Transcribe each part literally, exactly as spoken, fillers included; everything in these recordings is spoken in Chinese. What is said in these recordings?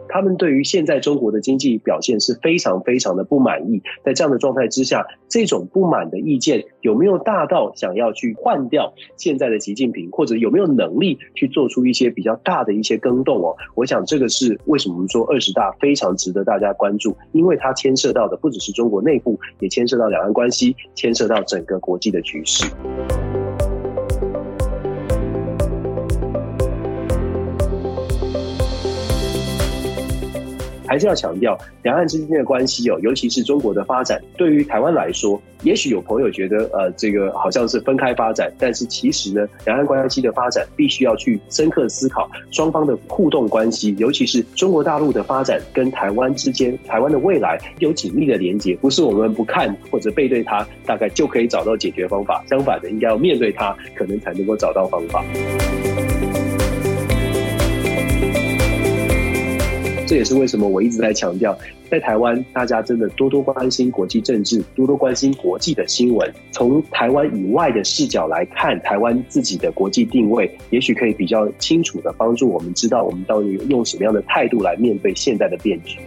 他们对于现在中国的经济表现是非常非常的不满意。在这样的状态之下，这种不满的意见有没有大到想要去换掉现在的习近平，或者有没有能力去做出一些比较大的一些更动哦？我想这个是为什么我们说二十大非常值得大家关注，因为它牵涉到的不只是中国内部，也牵涉到两岸关系，牵涉到整个国际的局势。还是要强调两岸之间的关系哦，尤其是中国的发展，对于台湾来说，也许有朋友觉得呃，这个好像是分开发展，但是其实呢，两岸关系的发展必须要去深刻思考双方的互动关系，尤其是中国大陆的发展跟台湾之间，台湾的未来有紧密的连结，不是我们不看或者背对它，大概就可以找到解决方法，相反的，应该要面对它，可能才能够找到方法。这也是为什么我一直在强调，在台湾大家真的多多关心国际政治，多多关心国际的新闻，从台湾以外的视角来看台湾自己的国际定位，也许可以比较清楚的帮助我们知道我们到底用什么样的态度来面对现在的变局。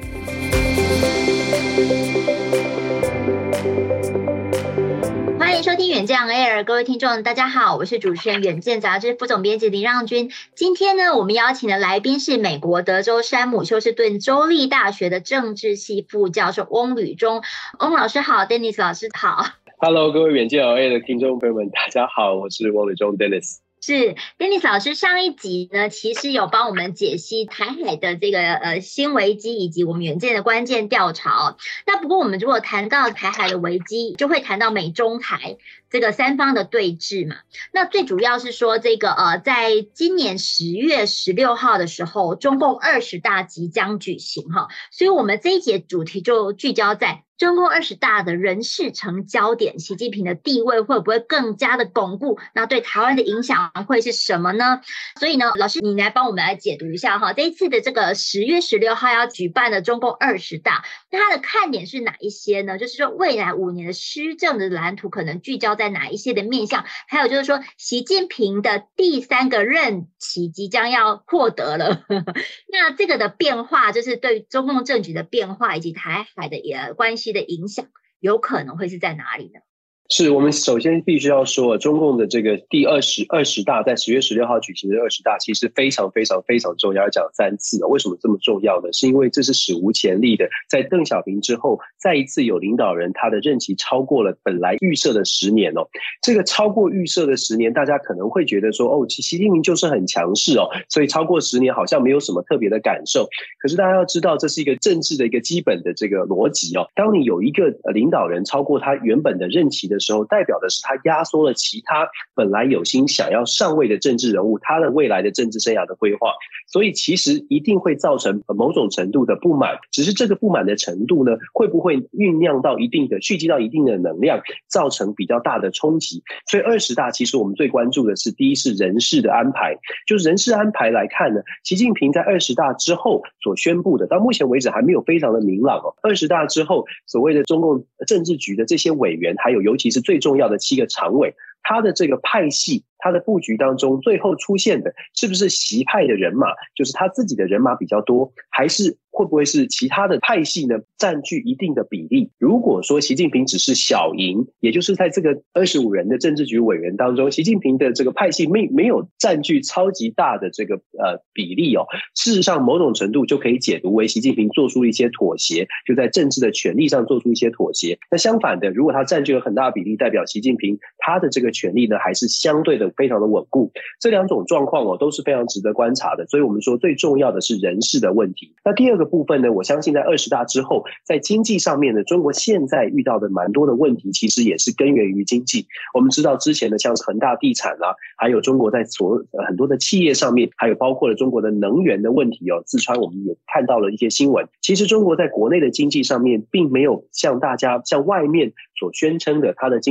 欢迎收听远见 Air， 各位听众大家好，我是主持人远见杂志副总编辑林让均。今天呢，我们邀请的来宾是美国德州山姆休斯顿州立大学的政治系副教授翁履中。翁老师好， Dennis 老师好。 Hello， 各位远见 Air 的听众朋友们大家好，我是翁履中 Dennis。 是 Dennis 老师上一集呢，其实有帮我们解析台海的这个呃新危机以及我们远见的关键调查哦。那不过我们如果谈到台海的危机，就会谈到美中台这个三方的对峙嘛。那最主要是说这个呃，在今年十月十六号的时候，中共二十大即将举行哈，所以我们这一节主题就聚焦在中共二十大的人事成焦点，习近平的地位会不会更加的巩固？那对台湾的影响会是什么呢？所以呢，老师你来帮我们来解读一下哈，这一次的这个十月十六号要举办的中共二十大，那它的看点是哪一些呢？就是说未来五年的施政的蓝图可能聚焦在哪一些的面向？还有就是说，习近平的第三个任期即将要获得了，那这个的变化，就是对中共政局的变化以及台海的也关系的影响，有可能会是在哪里呢？ 是我们首先必须要说，中共的这个第二十二十大在十月十六号举行的二十大，其实非常非常非常重要，要讲三次。为什么这么重要呢？是因为这是史无前例的，在邓小平之后，再一次有领导人他的任期超过了本来预设的十年哦。这个超过预设的十年，大家可能会觉得说，哦，习近平就是很强势哦，所以超过十年好像没有什么特别的感受。可是大家要知道，这是一个政治的一个基本的这个逻辑哦。当你有一个领导人超过他原本的任期的时候，代表的是他压缩了其他本来有心想要上位的政治人物他的未来的政治生涯的规划，所以其实一定会造成某种程度的不满，只是这个不满的程度呢，会不会酝酿到一定的蓄积到一定的能量，造成比较大的冲击。所以二十大其实我们最关注的是，第一是人事的安排，就是人事安排来看呢，习近平在二十大之后所宣布的，到目前为止还没有非常的明朗哦。二十大之后所谓的中共政治局的这些委员，还有尤其是最重要的七个常委，他的这个派系，他的布局当中最后出现的是不是习派的人马，就是他自己的人马比较多，还是会不会是其他的派系呢占据一定的比例？如果说习近平只是小赢，也就是在这个二十五人的政治局委员当中，习近平的这个派系没没有占据超级大的这个呃比例哦，事实上某种程度就可以解读为习近平做出了一些妥协，就在政治的权力上做出一些妥协。那相反的，如果他占据了很大的比例，代表习近平他的这个权力呢还是相对的非常的稳固。这两种状况哦都是非常值得观察的，所以我们说最重要的是人事的问题。那第二个部分呢，我相信在二十大之后，在经济上面呢，中国现在遇到的蛮多的问题，其实也是根源于经济。我们知道之前的像是恒大地产啦、啊，还有中国在所、呃、很多的企业上面，还有包括了中国的能源的问题哦。四川我们也看到了一些新闻，其实中国在国内的经济上面并没有像大家像外面所宣称的，它的经济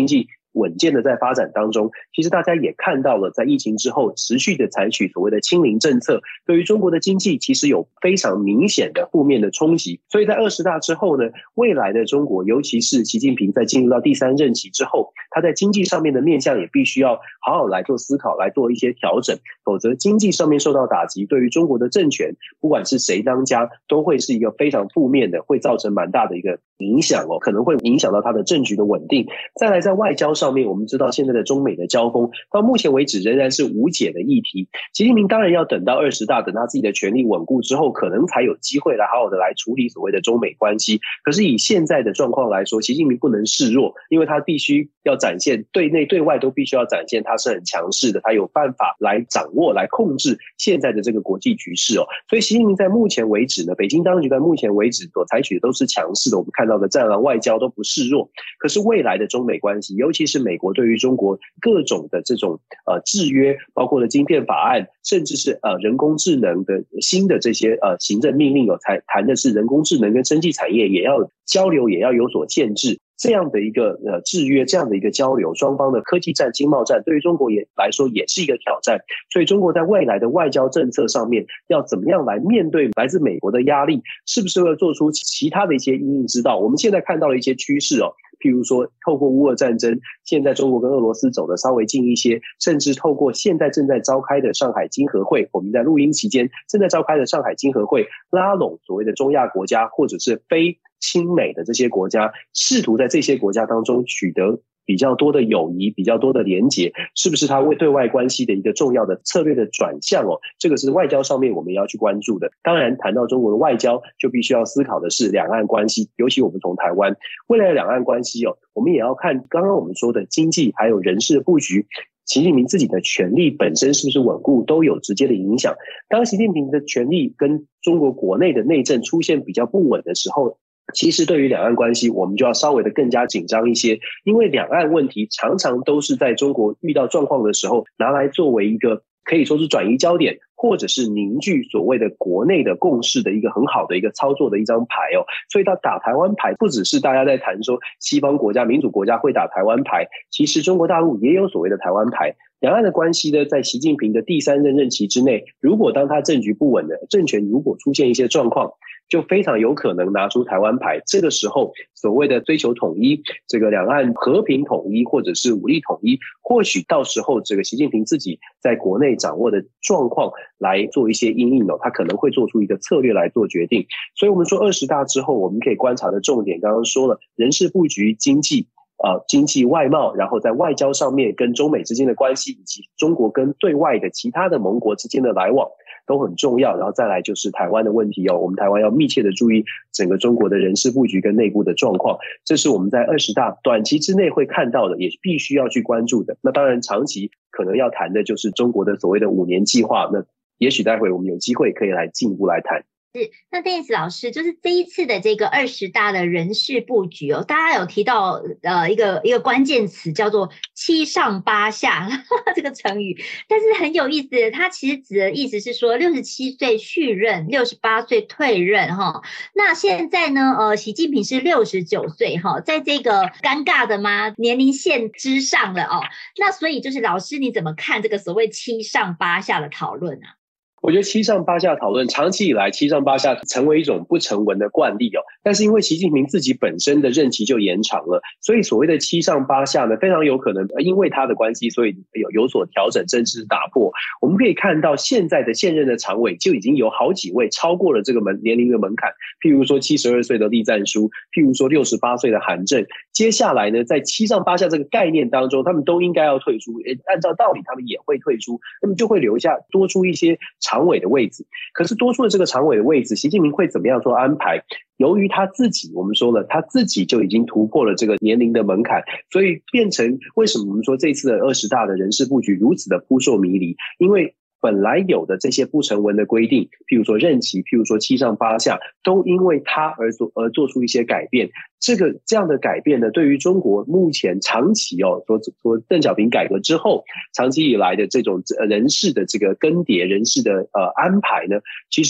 稳健的在发展当中。其实大家也看到了，在疫情之后持续的采取所谓的清零政策，对于中国的经济其实有非常明显的负面的冲击。所以在二十大之后呢，未来的中国，尤其是习近平在进入到第三任期之后，他在经济上面的面向也必须要好好来做思考，来做一些调整，否则经济上面受到打击，对于中国的政权不管是谁当家都会是一个非常负面的，会造成蛮大的一个影响哦，可能会影响到他的政局的稳定。再来在外交上面，我们知道现在的中美的交锋到目前为止仍然是无解的议题。习近平当然要等到二十大，等他自己的权力稳固之后，可能才有机会来好好的来处理所谓的中美关系。可是以现在的状况来说，习近平不能示弱，因为他必须要展现对内对外都必须要展现他是很强势的，他有办法来掌握来控制现在的这个国际局势哦。所以习近平在目前为止呢，北京当局在目前为止所采取的都是强势的，我们看到的战狼外交都不示弱。可是未来的中美关系，尤其是美国对于中国各种的这种呃制约，包括了晶片法案，甚至是呃人工智能的新的这些呃行政命令有才谈的是人工智能跟生技产业也要交流，也要有所限制。这样的一个呃制约，这样的一个交流，双方的科技战、经贸战，对于中国也来说也是一个挑战。所以中国在未来的外交政策上面，要怎么样来面对来自美国的压力，是不是会做出其他的一些因应之道？我们现在看到了一些趋势哦，譬如说透过乌俄战争，现在中国跟俄罗斯走得稍微近一些，甚至透过现在正在召开的上海经合会，我们在录音期间正在召开的上海经合会，拉拢所谓的中亚国家或者是非亲美的这些国家，试图在这些国家当中取得比较多的友谊，比较多的连结，是不是它为对外关系的一个重要的策略的转向哦？这个是外交上面我们也要去关注的。当然谈到中国的外交，就必须要思考的是两岸关系，尤其我们从台湾未来的两岸关系哦，我们也要看刚刚我们说的经济还有人事的布局，习近平自己的权力本身是不是稳固，都有直接的影响。当习近平的权力跟中国国内的内政出现比较不稳的时候，其实对于两岸关系我们就要稍微的更加紧张一些，因为两岸问题常常都是在中国遇到状况的时候拿来作为一个可以说是转移焦点，或者是凝聚所谓的国内的共识的一个很好的一个操作的一张牌哦。所以他打台湾牌不只是大家在谈说西方国家民主国家会打台湾牌，其实中国大陆也有所谓的台湾牌。两岸的关系呢，在习近平的第三任任期之内，如果当他政局不稳的政权如果出现一些状况，就非常有可能拿出台湾牌。这个时候所谓的追求统一，这个两岸和平统一或者是武力统一，或许到时候这个习近平自己在国内掌握的状况来做一些因应哦，他可能会做出一个策略来做决定。所以我们说二十大之后我们可以观察的重点，刚刚说了人事布局、经济呃，经济外贸，然后在外交上面跟中美之间的关系，以及中国跟对外的其他的盟国之间的来往都很重要。然后再来就是台湾的问题哦，我们台湾要密切的注意整个中国的人事布局跟内部的状况，这是我们在二十大短期之内会看到的，也必须要去关注的。那当然长期可能要谈的就是中国的所谓的五年计划，那也许待会我们有机会可以来进一步来谈。 是，那Dennis老师，就是这一次的这个二十大的人事布局哦，大家有提到呃一个一个关键词叫做七上八下这个成语，但是很有意思的，它其实指的意思是说六十七岁续任，六十八岁退任哈。那现在呢，呃，习近平是六十九岁哈，在这个尴尬的吗年龄线之上了哦。那所以就是老师你怎么看这个所谓七上八下的讨论啊？ 我觉得七上八下讨论长期以来七上八下成为一种不成文的惯例哦，但是因为习近平自己本身的任期就延长了，所以所谓的七上八下呢，非常有可能因为他的关系，所以有有所调整，甚至是打破。我们可以看到现在的现任的常委就已经有好几位超过了这个门年龄的门槛，譬如说七十二岁的栗战书，譬如说六十八岁的韩正。接下来呢，在七上八下这个概念当中，他们都应该要退出，按照道理他们也会退出，那么就会留下多出一些常委的位置。可是多出的这个常委的位置，习近平会怎么样做安排？由于他自己，我们说了，他自己就已经突破了这个年龄的门槛，所以变成为什么我们说这次的二十大的人事布局如此的扑朔迷离？因为本来有的这些不成文的规定，譬如说任期，譬如说七上八下，都因为他而做而做出一些改变。这个这样的改变呢，对于中国目前长期哦，说说邓小平改革之后，长期以来的这种人事的这个更迭、人事的呃安排呢，其实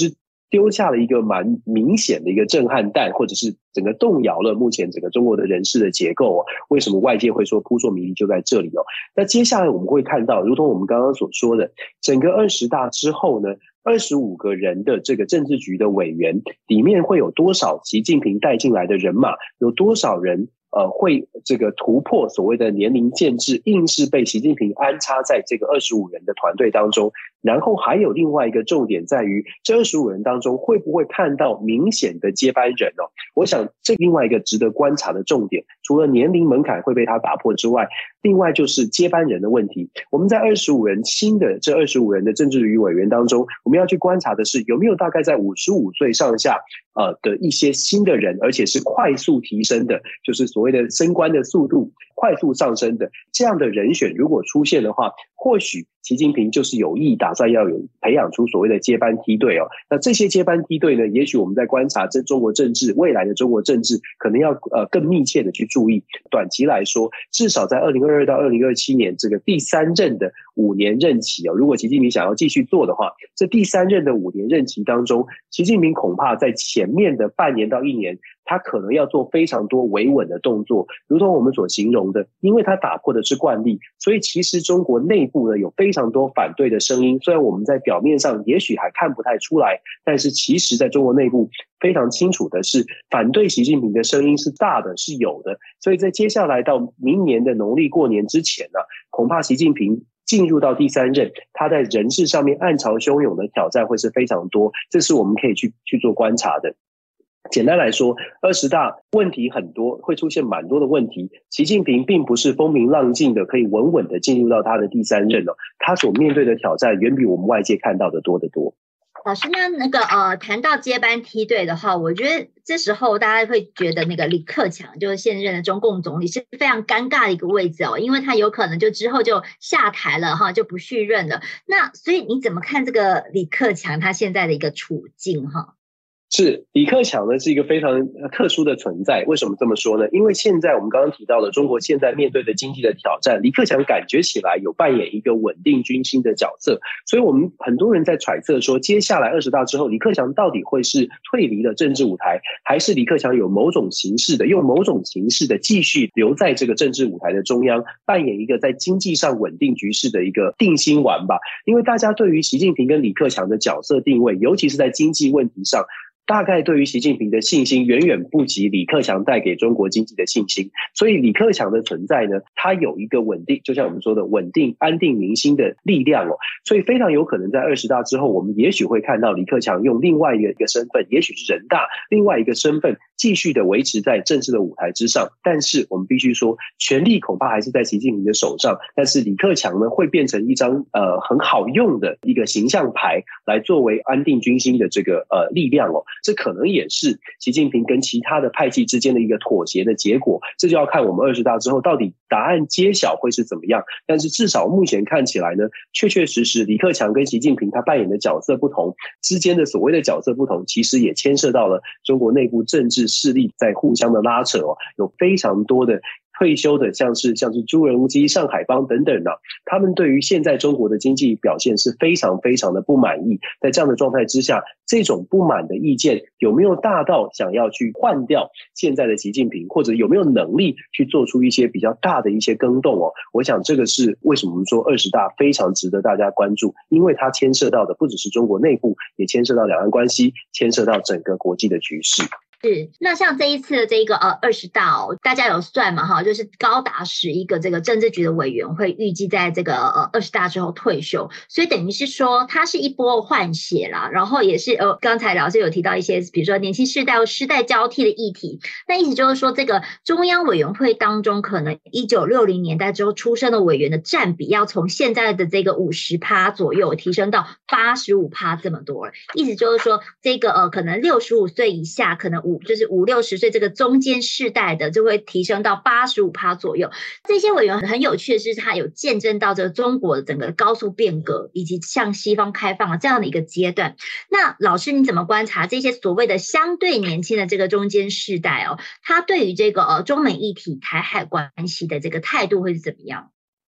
丢下了一个蛮明显的一个震撼弹，或者是整个动摇了目前整个中国的人事的结构哦。为什么外界会说扑朔迷离就在这里哦？那接下来我们会看到，如同我们刚刚所说的，整个二十大之后呢，二十五个人的这个政治局的委员里面会有多少习近平带进来的人马，有多少人呃，会这个突破所谓的年龄建制，硬是被习近平安插在这个二十五人的团队当中。然后还有另外一个重点在于，这二十五人当中会不会看到明显的接班人哦？我想这另外一个值得观察的重点，除了年龄门槛会被他打破之外，另外就是接班人的问题。我们在二十五人新的这二十五人的政治局委员当中，我们要去观察的是有没有大概在五十五岁上下呃的一些新的人，而且是快速提升的，就是所谓的升官的速度快速上升的这样的人选，如果出现的话，或许习近平就是有意打算要有培养出所谓的接班梯队哦。那这些接班梯队呢，也许我们在观察这中国政治未来的中国政治，可能要呃更密切的去注意。短期来说，至少在二零二二到二零二七年这个第三任的五年任期哦，如果习近平想要继续做的话，这第三任的五年任期当中，习近平恐怕在前面的半年到一年，他可能要做非常多维稳的动作，如同我们所形容的，因为他打破的是惯例，所以其实中国内部呢有非常多反对的声音，虽然我们在表面上也许还看不太出来，但是其实在中国内部非常清楚的是，反对习近平的声音是大的，是有的。所以在接下来到明年的农历过年之前呢、啊，恐怕习近平进入到第三任，他在人事上面暗潮汹涌的挑战会是非常多，这是我们可以去去做观察的。简单来说，二十大问题很多，会出现蛮多的问题。习近平并不是风平浪静的，可以稳稳的进入到他的第三任哦。他所面对的挑战远比我们外界看到的多得多。 老师，那那个呃，谈到接班梯队的话，我觉得这时候大家会觉得那个李克强就是现任的中共总理是非常尴尬的一个位置哦，因为他有可能就之后就下台了哈，就不续任了。那所以你怎么看这个李克强他现在的一个处境哈？ 是，李克强呢是一个非常特殊的存在。为什么这么说呢？因为现在我们刚刚提到了中国现在面对的经济的挑战，李克强感觉起来有扮演一个稳定军心的角色，所以我们很多人在揣测说，接下来二十大之后，李克强到底会是退离了政治舞台，还是李克强有某种形式的用某种形式的继续留在这个政治舞台的中央，扮演一个在经济上稳定局势的一个定心丸吧。因为大家对于习近平跟李克强的角色定位，尤其是在经济问题上，大概对于习近平的信心远远不及李克强带给中国经济的信心，所以李克强的存在呢，他有一个稳定，就像我们说的稳定安定民心的力量哦，所以非常有可能在二十大之后，我们也许会看到李克强用另外一个身份，也许是人大另外一个身份，继续的维持在正式的舞台之上。但是我们必须说，权力恐怕还是在习近平的手上，但是李克强呢，会变成一张呃很好用的一个形象牌，来作为安定军心的这个呃力量哦。这可能也是习近平跟其他的派系之间的一个妥协的结果，这就要看我们二十大之后到底答案揭晓会是怎么样。但是至少目前看起来呢，确确实实李克强跟习近平他扮演的角色不同，之间的所谓的角色不同，其实也牵涉到了中国内部政治势力在互相的拉扯哦，有非常多的退休的，像是像是朱镕基、上海帮等等的，他们对于现在中国的经济表现是非常非常的不满意。在这样的状态之下，这种不满的意见有没有大到想要去换掉现在的习近平，或者有没有能力去做出一些比较大的一些更动哦？我想这个是为什么我们说二十大非常值得大家关注，因为它牵涉到的不只是中国内部，也牵涉到两岸关系，牵涉到整个国际的局势。 是，那像这一次的这个呃二十大哦，大家有算嘛哈，就是高达十一个这个政治局的委员会预计在这个呃二十大之后退休，所以等于是说它是一波换血啦，然后也是呃刚才老师有提到一些，比如说年轻世代或世代交替的议题，那意思就是说这个中央委员会当中，可能一九六零年代之后出生的委员的占比要从现在的这个五十趴左右提升到八十五趴这么多了，意思就是说这个呃可能六十五岁以下可能就是五六十岁这个中间世代的就会提升到八十五趴左右。这些委员很有趣的是，他有见证到这个中国的整个高速变革以及向西方开放的这样的一个阶段。那老师你怎么观察这些所谓的相对年轻的这个中间世代哦，他对于这个呃中美议题台海关系的这个态度会是怎么样？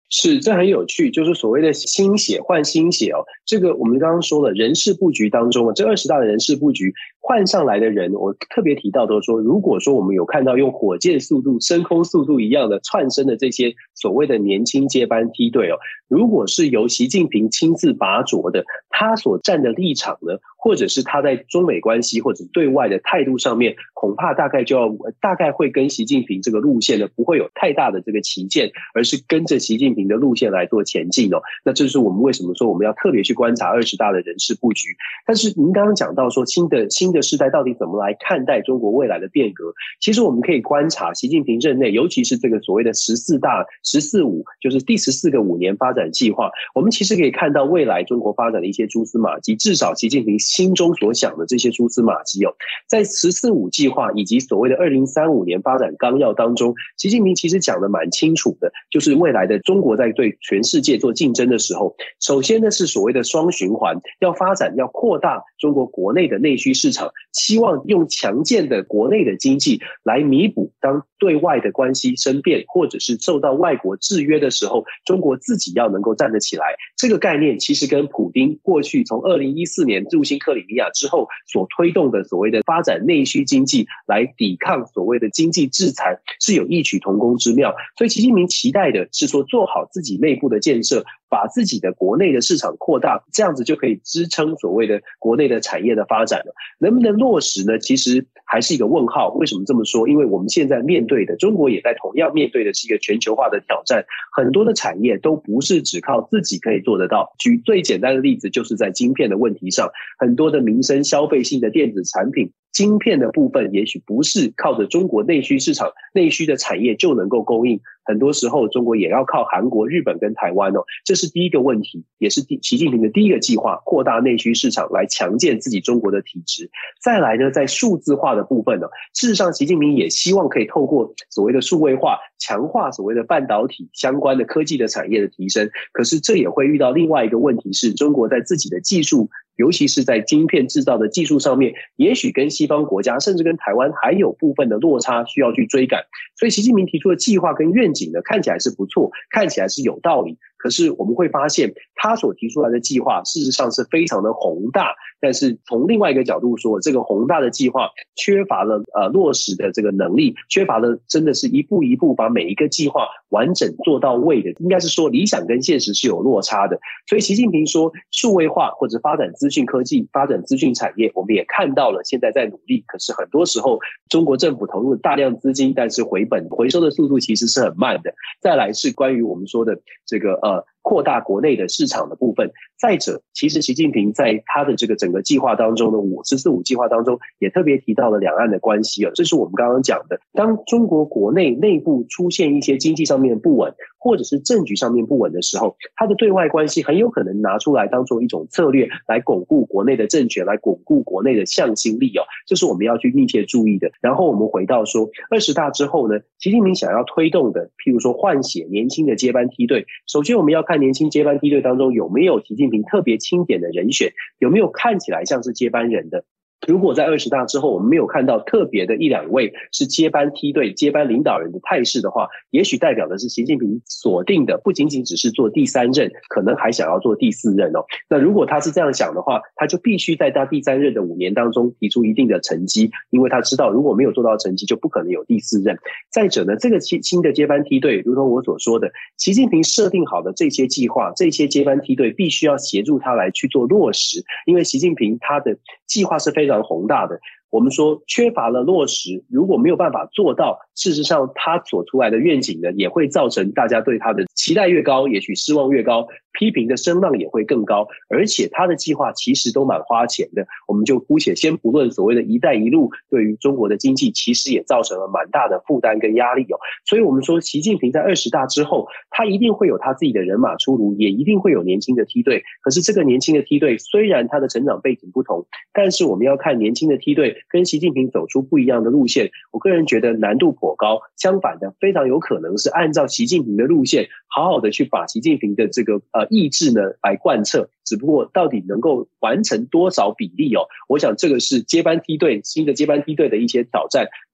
是，这很有趣，就是所谓的新血换新血哦。这个我们刚刚说了，人事布局当中啊，这二十大的人事布局换上来的人，我特别提到都说，如果说我们有看到用火箭速度、升空速度一样的窜升的这些所谓的年轻接班梯队哦，如果是由习近平亲自拔擢的，他所站的立场呢，或者是他在中美关系或者对外的态度上面，恐怕大概就要大概会跟习近平这个路线呢，不会有太大的这个旗舰，而是跟着习近平的路线来做前进哦。那这是我们为什么说我们要特别去观察二十大的人事布局。但是您刚刚讲到说新的新的世代到底怎么来看待中国未来的变革，其实我们可以观察习近平任内，尤其是这个所谓的十四大十四五，就是第十四个五年发展计划，我们其实可以看到未来中国发展的一些蛛丝马迹，至少习近平心中所想的这些蛛丝马迹哦，在十四五计划以及所谓的二零三五年发展纲要当中，习近平其实讲的蛮清楚的，就是未来的中国在对全世界做竞争的时候，首先呢是所谓的双循环，要发展要扩大中国国内的内需市场，希望用强健的国内的经济来弥补当对外的关系生变或者是受到外国制约的时候，中国自己要能够站得起来。这个概念其实跟普丁过去从二零一四年入侵克里米亚之后所推动的所谓的发展内需经济来抵抗所谓的经济制裁是有异曲同工之妙。所以习近平期待的是说做好自己内部的建设，把自己的国内的市场扩大，这样子就可以支撑所谓的国内的产业的发展了。能不能落实呢？其实还是一个问号。为什么这么说？因为我们现在面对的，中国也在同样面对的是一个全球化的挑战，很多的产业都不是只靠自己可以做得到。举最简单的例子，就是在晶片的问题上，很多的民生消费性的电子产品，晶片的部分也许不是靠着中国内需市场内需的产业就能够供应，很多时候中国也要靠韩国、日本跟台湾哦，这是第一个问题，也是习近平的第一个计划，扩大内需市场来强健自己中国的体质。再来呢，在数字化的部分呢，事实上习近平也希望可以透过所谓的数位化，强化所谓的半导体相关的科技的产业的提升。可是这也会遇到另外一个问题是，中国在自己的技术，尤其是在晶片制造的技术上面，也许跟西方国家甚至跟台湾还有部分的落差需要去追赶。所以习近平提出的计划跟愿景呢，看起来是不错，看起来是有道理，可是我们会发现他所提出来的计划事实上是非常的宏大，但是从另外一个角度说，这个宏大的计划缺乏了呃落实的这个能力，缺乏了真的是一步一步把每一个计划完整做到位的，应该是说理想跟现实是有落差的。所以习近平说数位化或者发展资讯科技，发展资讯产业，我们也看到了现在在努力，可是很多时候中国政府投入大量资金，但是回本回收的速度其实是很慢的。再来是关于我们说的这个呃扩大国内的市场的部分。再者，其实习近平在他的这个整个计划当中呢，十四五计划当中也特别提到了两岸的关系哦，这是我们刚刚讲的，当中国国内内部出现一些经济上面不稳，或者是政局上面不稳的时候，他的对外关系很有可能拿出来当做一种策略来巩固国内的政权，来巩固国内的向心力哦，这是我们要去密切注意的。然后我们回到说二十大之后呢，习近平想要推动的，譬如说换血年轻的接班梯队，首先我们要看年轻接班梯队当中有没有习近平特别钦点的人选，有没有看起来像是接班人的。如果在二十大之后我们没有看到特别的一两位是接班梯队接班领导人的态势的话，也许代表的是习近平锁定的不仅仅只是做第三任，可能还想要做第四任哦。那如果他是这样想的话，他就必须在他第三任的五年当中提出一定的成绩，因为他知道如果没有做到成绩就不可能有第四任。再者呢，这个新的接班梯队如同我所说的，习近平设定好的这些计划，这些接班梯队必须要协助他来去做落实，因为习近平他的计划是非常宏大的，我们说缺乏了落实，如果没有办法做到，事实上他所出来的愿景呢，也会造成大家对他的期待越高，也许失望越高，批评的声浪也会更高，而且他的计划其实都蛮花钱的，我们就姑且先不论所谓的一带一路对于中国的经济其实也造成了蛮大的负担跟压力哦。所以我们说习近平在二十大之后，他一定会有他自己的人马出炉，也一定会有年轻的梯队，可是这个年轻的梯队虽然他的成长背景不同，但是我们要看年轻的梯队跟习近平走出不一样的路线，我个人觉得难度颇高，相反的非常有可能是按照习近平的路线好好的去把习近平的这个呃意志呢来贯彻，只不过到底能够完成多少比例哦，我想这个是接班梯队新的接班梯队的一些挑战。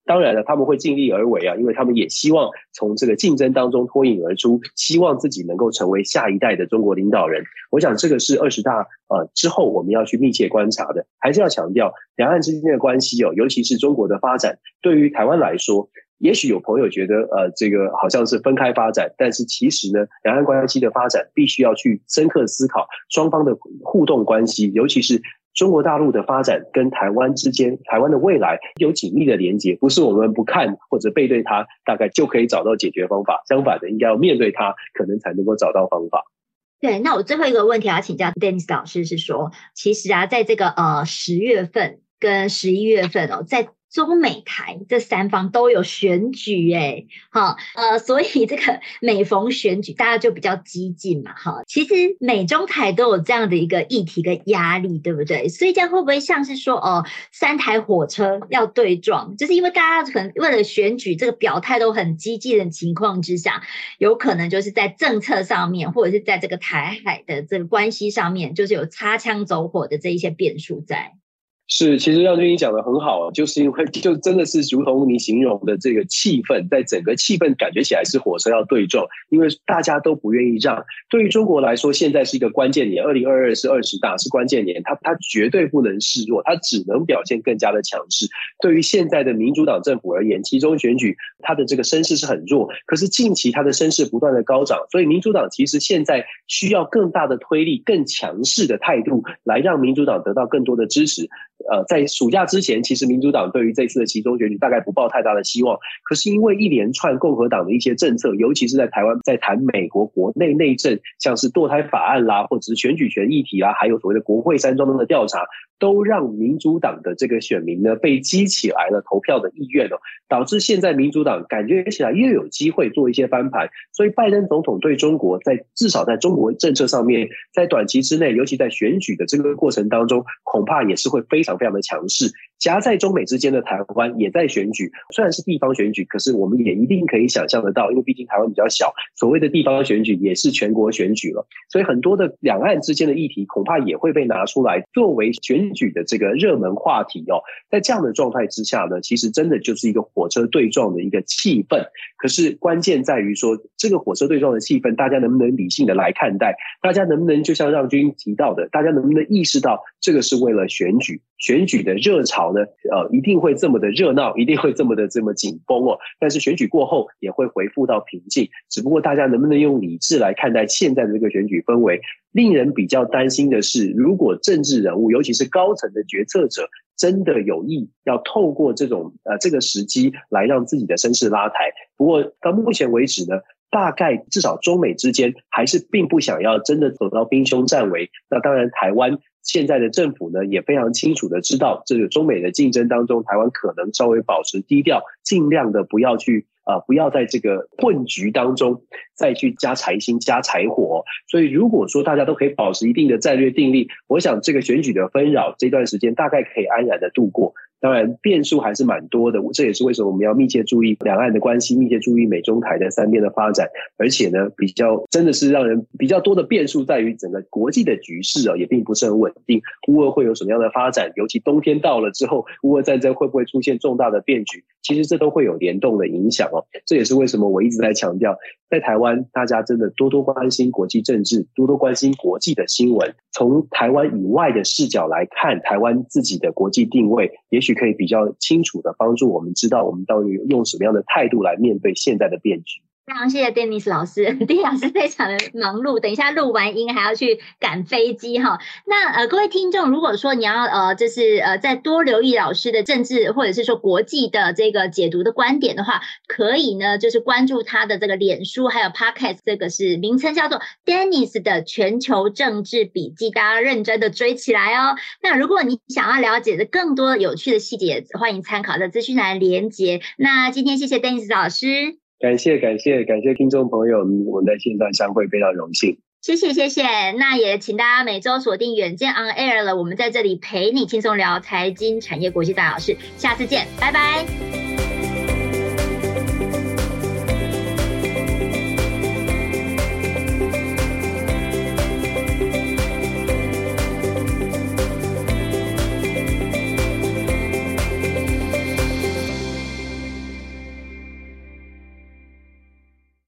当然了，他们会尽力而为啊，因为他们也希望从这个竞争当中脱颖而出，希望自己能够成为下一代的中国领导人。我想这个是二十大呃之后我们要去密切观察的。还是要强调，两岸之间的关系哦，尤其是中国的发展，对于台湾来说，也许有朋友觉得呃这个好像是分开发展，但是其实呢，两岸关系的发展必须要去深刻思考双方的互动关系，尤其是中国大陆的发展跟台湾之间，台湾的未来有紧密的连结，不是我们不看或者背对它，大概就可以找到解决方法。相反的，应该要面对它，可能才能够找到方法。 对，那我最后一个问题要请教 Dennis 老师是说，其实啊，在这个呃十月份跟十一月份哦，在中美台这三方都有选举诶，哈，呃，所以这个每逢选举，大家就比较激进嘛，哈。其实美中台都有这样的一个议题跟压力，对不对？所以这样会不会像是说，哦、呃，三台火车要对撞，就是因为大家可能为了选举这个表态都很激进的情况之下，有可能就是在政策上面，或者是在这个台海的这个关系上面，就是有擦枪走火的这一些变数在。 是，其实让君你讲的很好，就是因为就真的是如同你形容的这个气氛，在整个气氛感觉起来是火车要对撞，因为大家都不愿意让。对于中国来说，现在是一个关键年，二零二二是二十大，是关键年，它它绝对不能示弱，它只能表现更加的强势。对于现在的民主党政府而言，其中选举它的这个声势是很弱，可是近期它的声势不断的高涨，所以民主党其实现在需要更大的推力、更强势的态度来让民主党得到更多的支持。呃，在暑假之前，其实民主党对于这次的期中选举大概不抱太大的希望。可是因为一连串共和党的一些政策，尤其是在台湾在谈美国国内内政，像是堕胎法案啦，或者是选举权议题啦，还有所谓的国会山庄的调查，都让民主党的这个选民呢被激起来了投票的意愿哦，导致现在民主党感觉起来又有机会做一些翻盘。所以拜登总统对中国在至少在中国政策上面，在短期之内，尤其在选举的这个过程当中，恐怕也是会非常非常的强势。夹在中美之间的台湾也在选举，虽然是地方选举，可是我们也一定可以想象得到，因为毕竟台湾比较小，所谓的地方选举也是全国选举了，所以很多的两岸之间的议题恐怕也会被拿出来作为选举的这个热门话题哦。在这样的状态之下呢，其实真的就是一个火车对撞的一个气氛。可是关键在于说，这个火车对撞的气氛，大家能不能理性的来看待？大家能不能就像让君提到的，大家能不能意识到这个是为了选举？选举的热潮呢，呃，一定会这么的热闹，一定会这么的这么紧绷哦。但是选举过后也会恢复到平静，只不过大家能不能用理智来看待现在的这个选举氛围？令人比较担心的是，如果政治人物，尤其是高层的决策者，真的有意要透过这种呃这个时机来让自己的声势拉抬。不过到目前为止呢，大概至少中美之间还是并不想要真的走到兵凶战危。那当然台湾现在的政府呢也非常清楚的知道，这个中美的竞争当中，台湾可能稍微保持低调，尽量的不要去呃不要在这个混局当中再去加柴薪加柴火。所以如果说大家都可以保持一定的战略定力，我想这个选举的纷扰这段时间大概可以安然的度过。当然变数还是蛮多的，这也是为什么我们要密切注意两岸的关系，密切注意美中台的三边的发展。而且呢，比较真的是让人比较多的变数在于整个国际的局势啊，也并不是很稳定。乌俄会有什么样的发展？尤其冬天到了之后，乌俄战争会不会出现重大的变局？其实这都会有联动的影响哦。这也是为什么我一直在强调，在台湾大家真的多多关心国际政治，多多关心国际的新闻，从台湾以外的视角来看台湾自己的国际定位，也许可以比较清楚的帮助我们知道我们到底用什么样的态度来面对现在的变局。 非常谢谢 Dennis 老师，Dennis 老师非常的忙碌，等一下录完音还要去赶飞机哈。那呃各位听众，如果说你要呃就是呃再多留意老师的政治或者是说国际的这个解读的观点的话，可以呢就是关注他的这个脸书还有 Podcast， 这个是名称叫做 Dennis 的全球政治笔记，大家认真的追起来哦。那如果你想要了解的更多有趣的细节，欢迎参考的资讯栏连结。那今天谢谢 Dennis 老师。 感谢感谢感谢听众朋友，我们在线上相会非常荣幸。 谢谢谢谢，那也请大家每周锁定远见 On Air 了，我们在这里陪你轻松聊财经产业国际大小事，下次见，拜拜。